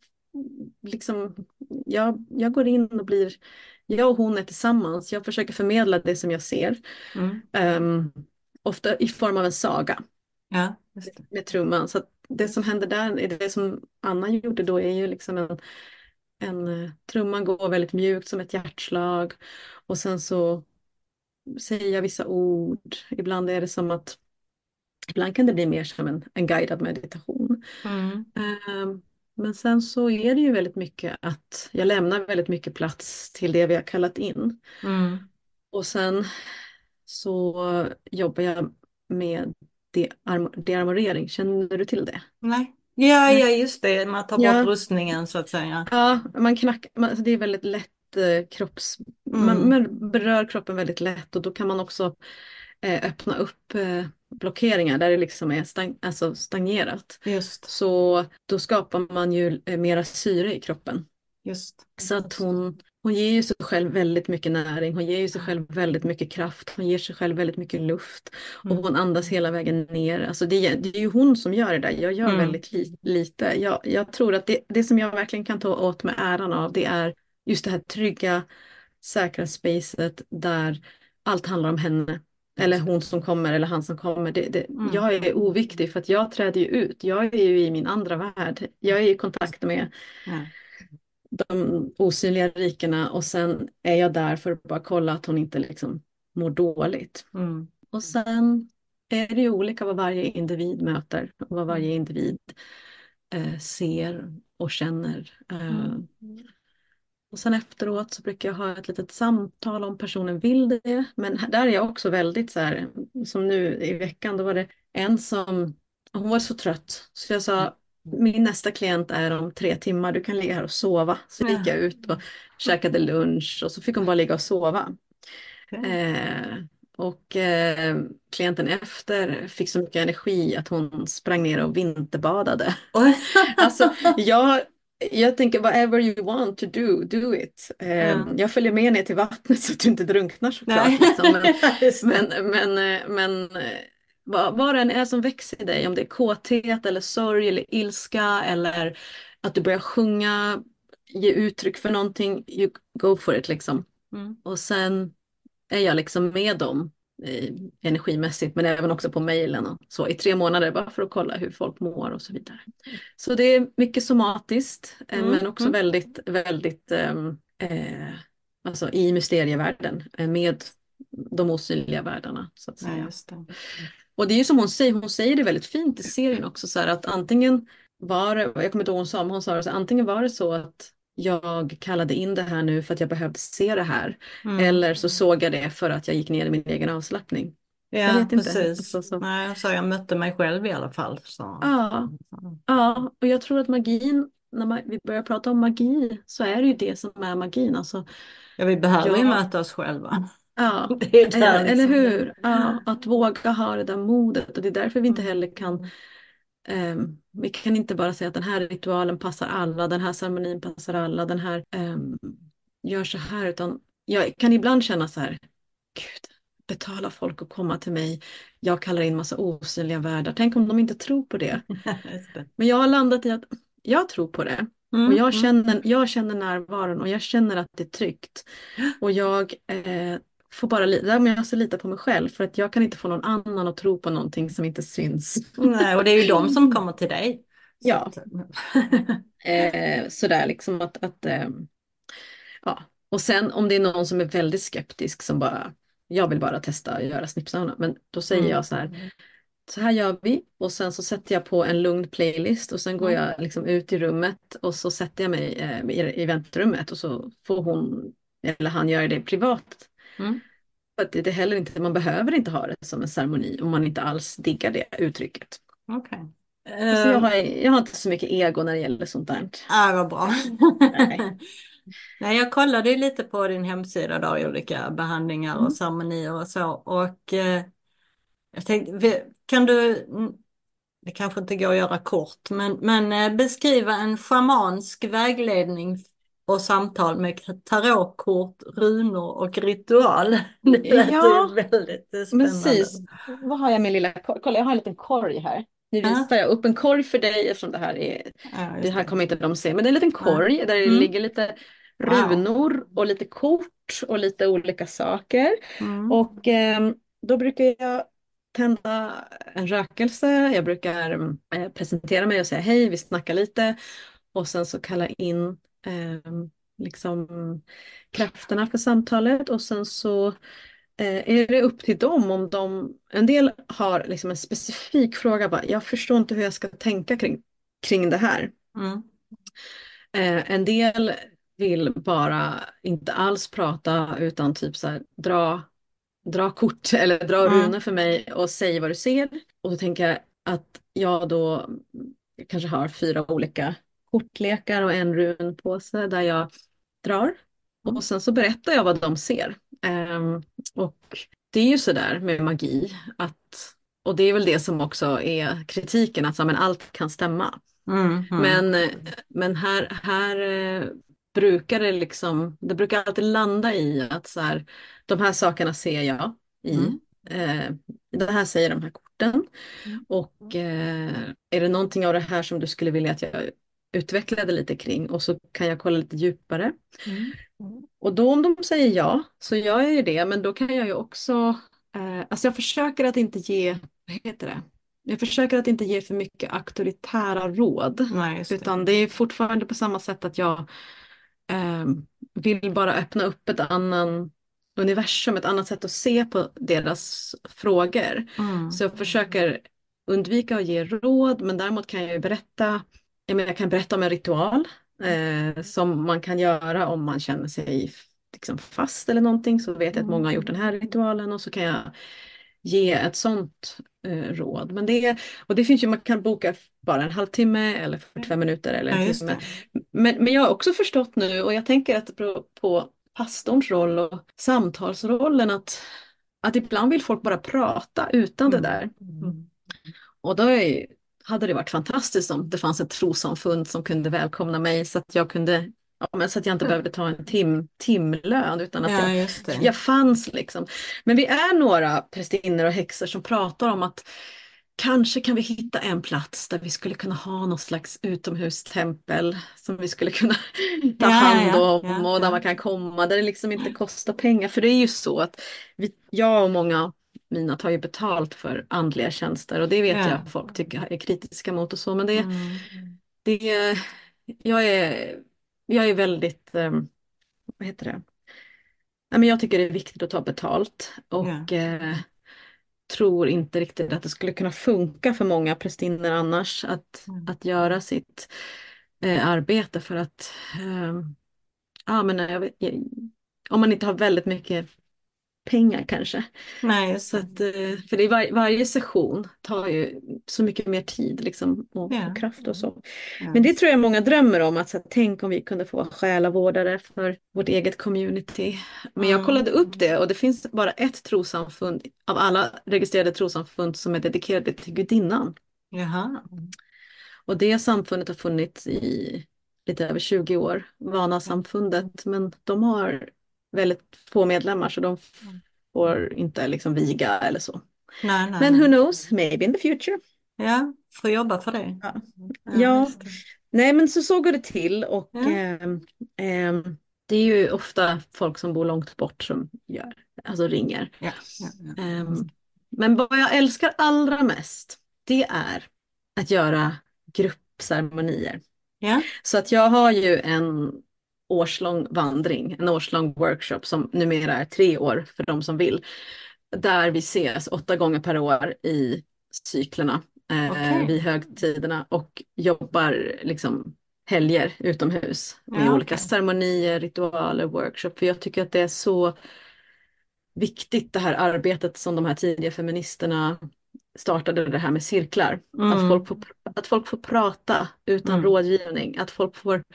liksom, jag, jag går in och blir, jag och hon är tillsammans. Jag försöker förmedla det som jag ser. Mm. Ehm, ofta i form av en saga Ja, just det. med trumman. Så att det som händer där, är det som Anna gjorde då, är ju liksom en En eh, trumman går väldigt mjukt som ett hjärtslag och sen så säger jag vissa ord. Ibland är det som att, ibland kan det bli mer som en, en guidad meditation. Mm. Ehm, men sen så är det ju väldigt mycket att jag lämnar väldigt mycket plats till det vi har kallat in. Mm. Och sen så jobbar jag med dearm- dearmorering. Känner du till det? Nej. Ja, Nej. ja, just det. Man tar bort Ja, rustningen så att säga. ja, man knackar, man, alltså det är väldigt lätt eh, kropps... Man, Mm. man berör kroppen väldigt lätt och då kan man också eh, öppna upp eh, blockeringar där det liksom är stang, alltså stagnerat. Just, Så då skapar man ju eh, mera syre i kroppen. just, Så att just. hon, hon ger ju sig själv väldigt mycket näring, hon ger ju sig själv väldigt mycket kraft, hon ger sig själv väldigt mycket luft och Mm. hon andas hela vägen ner. Alltså det, är- det är ju hon som gör det där, jag gör Mm. väldigt li, lite. Jag, jag tror att det, det som jag verkligen kan ta åt mig äran av, det är just det här trygga, säkra spacet där allt handlar om henne. Eller Just det. hon som kommer eller han som kommer. Det, det, Mm. jag är oviktig för att jag träder ju ut. Jag är ju i min andra värld. Jag är i kontakt med Ja. de osynliga rikena och sen är jag där för att bara kolla att hon inte liksom mår dåligt. Mm. Och sen är det ju olika vad varje individ möter och vad varje Mm. individ eh, ser och känner. Eh, Mm. Och sen efteråt så brukar jag ha ett litet samtal om personen vill det. Men här- där är jag också väldigt så här, som nu i veckan, då var det en som, hon var så trött. Så jag sa, min nästa klient är om tre timmar, du kan ligga här och sova. Så gick Ja. jag ut och käkade lunch och så fick hon bara ligga och sova. Okej. Eh, och eh, klienten efter fick så mycket energi att hon sprang ner och vinterbadade. Oj. Alltså, jag, jag tänker whatever you want to do, do it. Eh, Ja. jag följer med ner till vattnet så att du inte drunknar Nej, såklart. Liksom. Men, just det. men, men, eh, men eh, vad, vad det än är som växer i dig, om det är kåthet eller sorg eller ilska eller att du börjar sjunga, ge uttryck för någonting, you go for it liksom. Mm. Och sen är jag liksom med dem eh, energimässigt men även också på mejlen och så i tre månader bara för att kolla hur folk mår och så vidare. Så det är mycket somatiskt eh, Mm. men också Mm. väldigt, väldigt ehm, eh, alltså i mysterievärlden eh, med de osynliga världarna så att Ja, säga. just det. Och det är ju som hon säger, hon säger det väldigt fint i serien också så här att antingen var det, jag kommer inte ihåg vad hon sa, men hon sa det så här, antingen var det så att jag kallade in det här nu för att jag behövde se det här. Mm. Eller så såg jag det för att jag gick ner i min egen avslappning. Jag Ja, vet inte. precis. Alltså, så. Nej, så jag mötte mig själv i alla fall. Så. Ja, ja, och jag tror att magin, när man, vi börjar prata om magi, så är det ju det som är magin. Alltså, Ja, vi behöver ju jag, möta oss själva. ja, Det är eller, där eller liksom. hur? Ja, att våga ha det där modet. Och det är därför vi inte heller kan Um, vi kan inte bara säga att den här ritualen passar alla, den här ceremonin passar alla, den här um, gör så här, utan jag kan ibland känna så här, gud, betala folk att komma till mig, jag kallar in massa osynliga världar, tänk om de inte tror på det. Just det. Men jag har landat i att jag tror på det. Mm, Och jag mm. känner, jag känner närvaron och jag känner att det är tryggt. Och jag eh, får bara li- där men jag måste lita på mig själv för att jag kan inte få någon annan att tro på någonting som inte syns. Nej, och det är ju de som kommer till dig. Så Ja, att- eh, sådär liksom att, att eh, ja. Och sen om det är någon som är väldigt skeptisk som bara, jag vill bara testa att göra snippsauna, men då säger Mm. jag så här, så här gör vi och sen så sätter jag på en lugn playlist och sen går Mm. jag liksom ut i rummet och så sätter jag mig eh, i, i väntrummet och så får hon eller han göra det privat. Mm. För att det, det är heller inte, man behöver inte ha det som en ceremoni om man inte alls diggar det uttrycket. Okej. Så jag Ehm, har, jag har inte så mycket ego när det gäller sånt där. Ja, vad bra. Nej. Nej, jag kollade ju lite på din hemsida där, i olika behandlingar och Mm. ceremonier och så. Och eh, jag tänkte, vi- kan du, mm, det kanske inte går att göra kort, men, men eh, beskriva en schamansk vägledning och samtal med tarotkort, runor och ritual. Det lät Ja, ju väldigt eh, spännande. precis. Vad har jag med lilla korg? Kolla, jag har en liten korg här. Nu Ja, visar jag upp en korg för dig eftersom det här är, ja, det just här det. kommer inte de se, men det är en liten korg där det Mm. ligger lite Wow. runor och lite kort och lite olika saker. Mm. Och eh, då brukar jag tända en rökelse. Jag brukar eh, presentera mig och säga hej, vi snackar lite. Och sen så kalla in eh, liksom krafterna för samtalet och sen så eh, är det upp till dem om de, en del har liksom en specifik fråga, bara, jag förstår inte hur jag ska tänka kring, kring det här. Mm. Eh, en del vill bara inte alls prata utan typ så här, dra, dra kort eller dra Mm. runor för mig och säg vad du ser. Och då tänker jag att jag då kanske har fyra olika kortlekar och en runpåse där jag drar. Mm. Och sen så berättar jag vad de ser. Ehm, och det är ju sådär med magi att, och det är väl det som också är kritiken, att så, men allt kan stämma. Mm. Mm. Men, eh, men här, här eh, brukar det liksom, det brukar alltid landa i att så här, de här sakerna ser jag i, Mm. eh, det här säger de här korten. Mm. Och eh, är det någonting av det här som du skulle vilja att jag utvecklade lite kring och så kan jag kolla lite djupare. Mm. Och då om de säger ja så gör jag ju det, men då kan jag ju också, eh, alltså jag försöker att inte ge, vad heter det? Jag försöker att inte ge för mycket auktoritära råd, Nej, just det. utan det är fortfarande på samma sätt att jag eh, vill bara öppna upp ett annan universum, ett annat sätt att se på deras frågor. Mm. Så jag försöker undvika att ge råd, men däremot kan jag ju berätta, jag menar, jag kan berätta om en ritual eh, som man kan göra om man känner sig liksom fast eller någonting. Så vet jag att många har gjort den här ritualen och så kan jag ge ett sånt eh, råd. Men det, och det finns ju, man kan boka bara en halvtimme eller fyrtiofem minuter eller en Ja, just timme. det. Men, men jag har också förstått nu och jag tänker att på, på pastorns roll och samtalsrollen att, att ibland vill folk bara prata utan det Mm. där. Mm. Och då är, hade det varit fantastiskt om det fanns ett trossamfund som kunde välkomna mig så att jag kunde, ja, men så att jag inte behövde ta en tim, timlön utan att Ja, jag, just det. jag fanns liksom. Men vi är några prästinnor och häxor som pratar om att kanske kan vi hitta en plats där vi skulle kunna ha någon slags utomhustempel som vi skulle kunna ta Ja, ja, hand ja, om ja, och där man ja. kan komma, där det liksom inte kostar pengar. För det är ju så att vi, jag och många av mina tar ju betalt för andliga tjänster och det vet jag Ja. att folk tycker är kritiska mot och så. Men det, Mm. det jag är, jag är väldigt, eh, vad heter det? Nej, men jag tycker det är viktigt att ta betalt Ja. och eh, tror inte riktigt att det skulle kunna funka för många prästinnor annars att, Mm. att göra sitt eh, arbete för att eh, ja, men jag vet, jag, om man inte har väldigt mycket pengar kanske. Nej, just Så det. att, eh, för det är var, varje session tar ju så mycket mer tid liksom, och, och Ja. kraft och så. Ja. Men det tror jag många drömmer om, att så här, tänk om vi kunde få vara själavårdare för vårt eget community. Men jag Mm. kollade upp det och det finns bara ett trossamfund av alla registrerade trossamfund som är dedikerade till gudinnan. Jaha. Och det samfundet har funnits i lite över tjugo år, Vana-samfundet, men de har väldigt få medlemmar så de får inte liksom viga eller så. Nej, nej, Men who nej. knows, maybe in the future. Ja, får jobba för det. Ja, Ja, ja. just det. Nej men så så går det till och Ja. ehm, ehm, det är ju ofta folk som bor långt bort som gör, alltså ringer. Ja. Ja. Ja. Ehm, men vad jag älskar allra mest, det är att göra gruppceremonier. Ja. Så att jag har ju en årslång vandring, en årslång workshop som numera är tre år för de som vill. Där vi ses åtta gånger per år i cyklerna eh, Okej. vid högtiderna och jobbar liksom helger utomhus med Ja, olika okej. ceremonier, ritualer, workshop. För jag tycker att det är så viktigt det här arbetet som de här tidiga feministerna startade, det här med cirklar. Att folk Mm. får, att folk får prata utan Mm. rådgivning, att folk får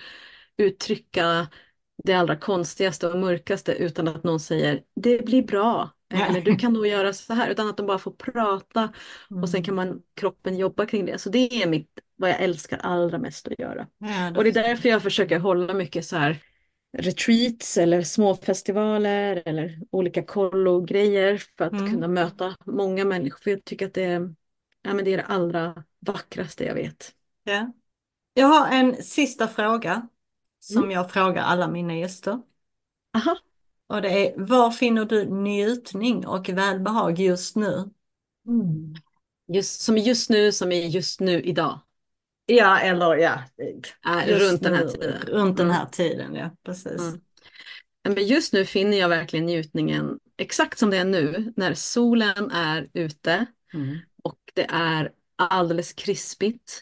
uttrycka det allra konstigaste och mörkaste utan att någon säger det blir bra Ja. eller du kan nog göra så här, utan att de bara får prata och sen kan Mm. man kroppen jobba kring det. Så det är mitt, vad jag älskar allra mest att göra. Ja, det Och det är förstår jag. därför jag försöker hålla mycket så här retreats eller småfestivaler eller olika kollogrejer för att Mm. kunna möta många människor. För jag tycker att det är, ja, men det är det allra vackraste jag vet. Ja. Jag har en sista fråga Mm. som jag frågar alla mina gäster. Aha. Och det är, var finner du njutning och välbehag just nu? Mm. Just, som just nu, som är just nu idag. Ja, eller ja, Äh, just runt den här nu, tiden. runt den Mm. här tiden, ja, precis. Mm. Men just nu finner jag verkligen njutningen exakt som det är nu, när solen är ute Mm. och det är alldeles krispigt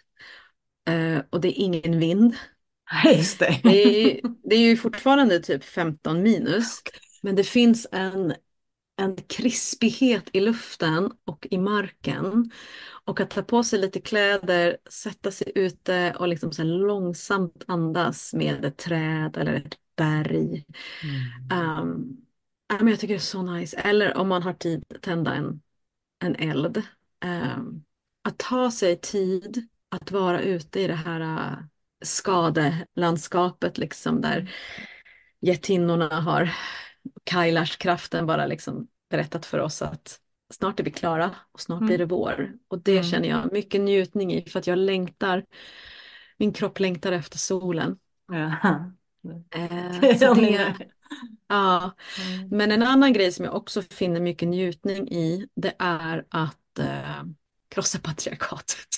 eh, och det är ingen vind. Just det. Det är, det är ju fortfarande typ femton minus, men det finns en, en krispighet i luften och i marken. Och att ta på sig lite kläder, sätta sig ute och liksom så här långsamt andas med ett träd eller ett berg. Mm. Um, ja, men jag tycker det är så nice. Eller om man har tid, tända en, en eld. Um, att ta sig tid att vara ute i det här uh, skadelandskapet liksom där jättinnorna har Kailashkraften bara liksom berättat för oss att snart är vi klara och snart blir Mm. det vår. Och det Mm. känner jag mycket njutning i för att jag längtar, min kropp längtar efter solen. Ja. Eh, Det så gör ni det, med. ja. Mm. Men en annan grej som jag också finner mycket njutning i, det är att eh, krossa patriarkatet.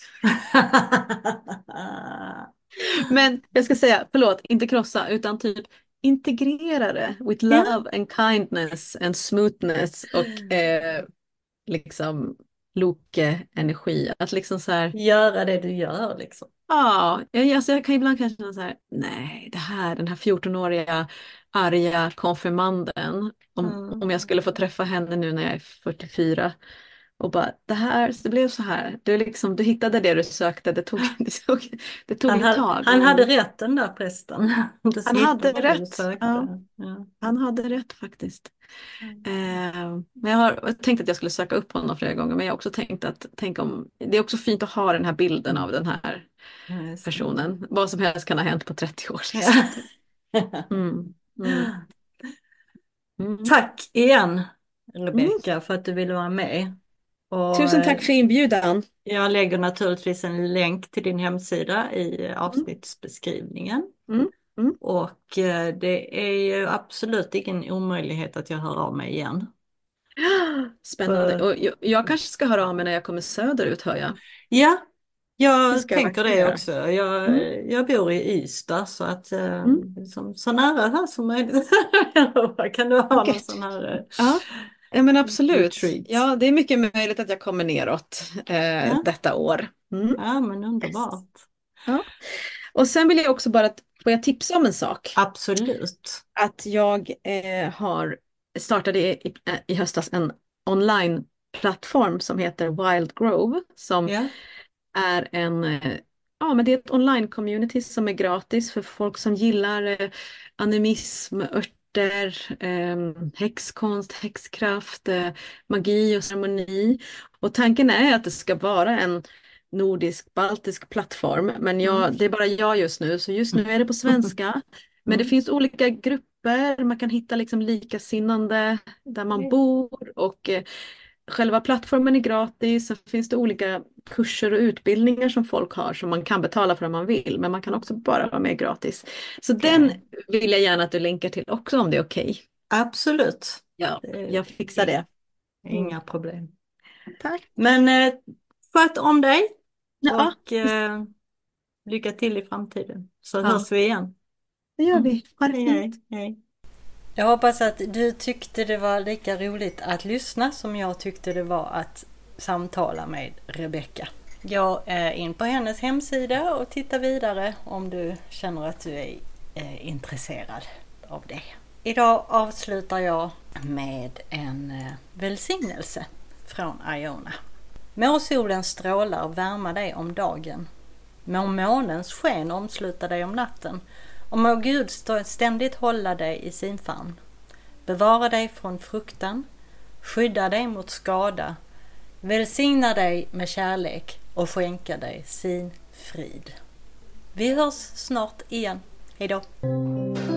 Men jag ska säga, förlåt, inte krossa, utan typ integrera det with Ja, love and kindness and smoothness och eh, liksom Loke-energi. Att liksom så här, göra det du gör liksom. Ja, jag, alltså jag kan ibland kanske känna så här, nej, det här, den här fjorton-åriga arga konfirmanden, om, Mm. om jag skulle få träffa henne nu när jag är fyrtiofyra och bara, det här, det blev så här, du liksom, du hittade det du sökte, det tog, det tog, det tog Han, ett hade, tag, han hade men rätt den där prästen. Du han hittade hade vad du rätt. Ja, sökte. Ja. han hade rätt faktiskt. Mm. Eh, men jag har tänkt att jag skulle söka upp honom flera gånger, men jag har också tänkt att, tänk om, det är också fint att ha den här bilden av den här Ja, just det. personen. Vad som helst kan ha hänt på trettio år. Ja. Liksom. Mm, mm, mm. Tack igen Mm. Rebecka för att du ville vara med. Och Tusen eh, tack för inbjudan. jag lägger naturligtvis en länk till din hemsida i Mm, avsnittsbeskrivningen. mm, mm. Och eh, det är ju absolut ingen omöjlighet att jag hör av mig igen. Spännande. För, Och jag, jag kanske ska höra av mig när jag kommer söderut, hör jag. ja, Det jag ska jag tänker verkligen det göra. också. Jag, Mm, jag bor i Ystad så att eh, mm. som, så nära här som möjligt. Kan du ha någon Gött. sån här eh, Ja. Ja, men absolut. retreat? Ja, det är mycket möjligt att jag kommer neråt eh, Ja, detta år. Mm. ja men Yes. underbart. Ja. Och sen vill jag också bara, får jag tipsa om en sak? Absolut. Att jag eh, har startade i, i, i höstas en online-plattform som heter Wild Grove som Ja, är en, eh, ja men det är ett online-community som är gratis för folk som gillar eh, animism, örter, eh, häxkonst, häxkraft, eh, magi och ceremoni. Och tanken är att det ska vara en nordisk-baltisk plattform, men mm. jag, det är bara jag just nu, så just nu är det på svenska. Men det Mm. finns olika grupper, man kan hitta liksom likasinnande där man bor och eh, själva plattformen är gratis. Så finns det olika kurser och utbildningar som folk har som man kan betala för om man vill, men man kan också bara vara med gratis. Så den Okej. vill jag gärna att du länkar till också om det är okej. Absolut. Ja, Det är jag fixar det. Mm. inga problem. Tack. Men eh, sköt om dig Ja, och eh, lycka till i framtiden. Så ja, hörs vi igen. det gör Mm. vi. Ha det Hej, fint. hej, hej. Jag hoppas att du tyckte det var lika roligt att lyssna som jag tyckte det var att samtala med Rebecka. Jag är in på hennes hemsida och tittar vidare om du känner att du är eh, intresserad av det. Idag avslutar jag med en eh, välsignelse från Iona. Må solens strålar värma dig om dagen. Må månens sken omsluta dig om natten. Och må Gud ständigt hålla dig i sin famn. Bevara dig från fruktan. Skydda dig mot skada. Välsigna dig med kärlek och skänka dig sin frid. Vi hörs snart igen. Hej då!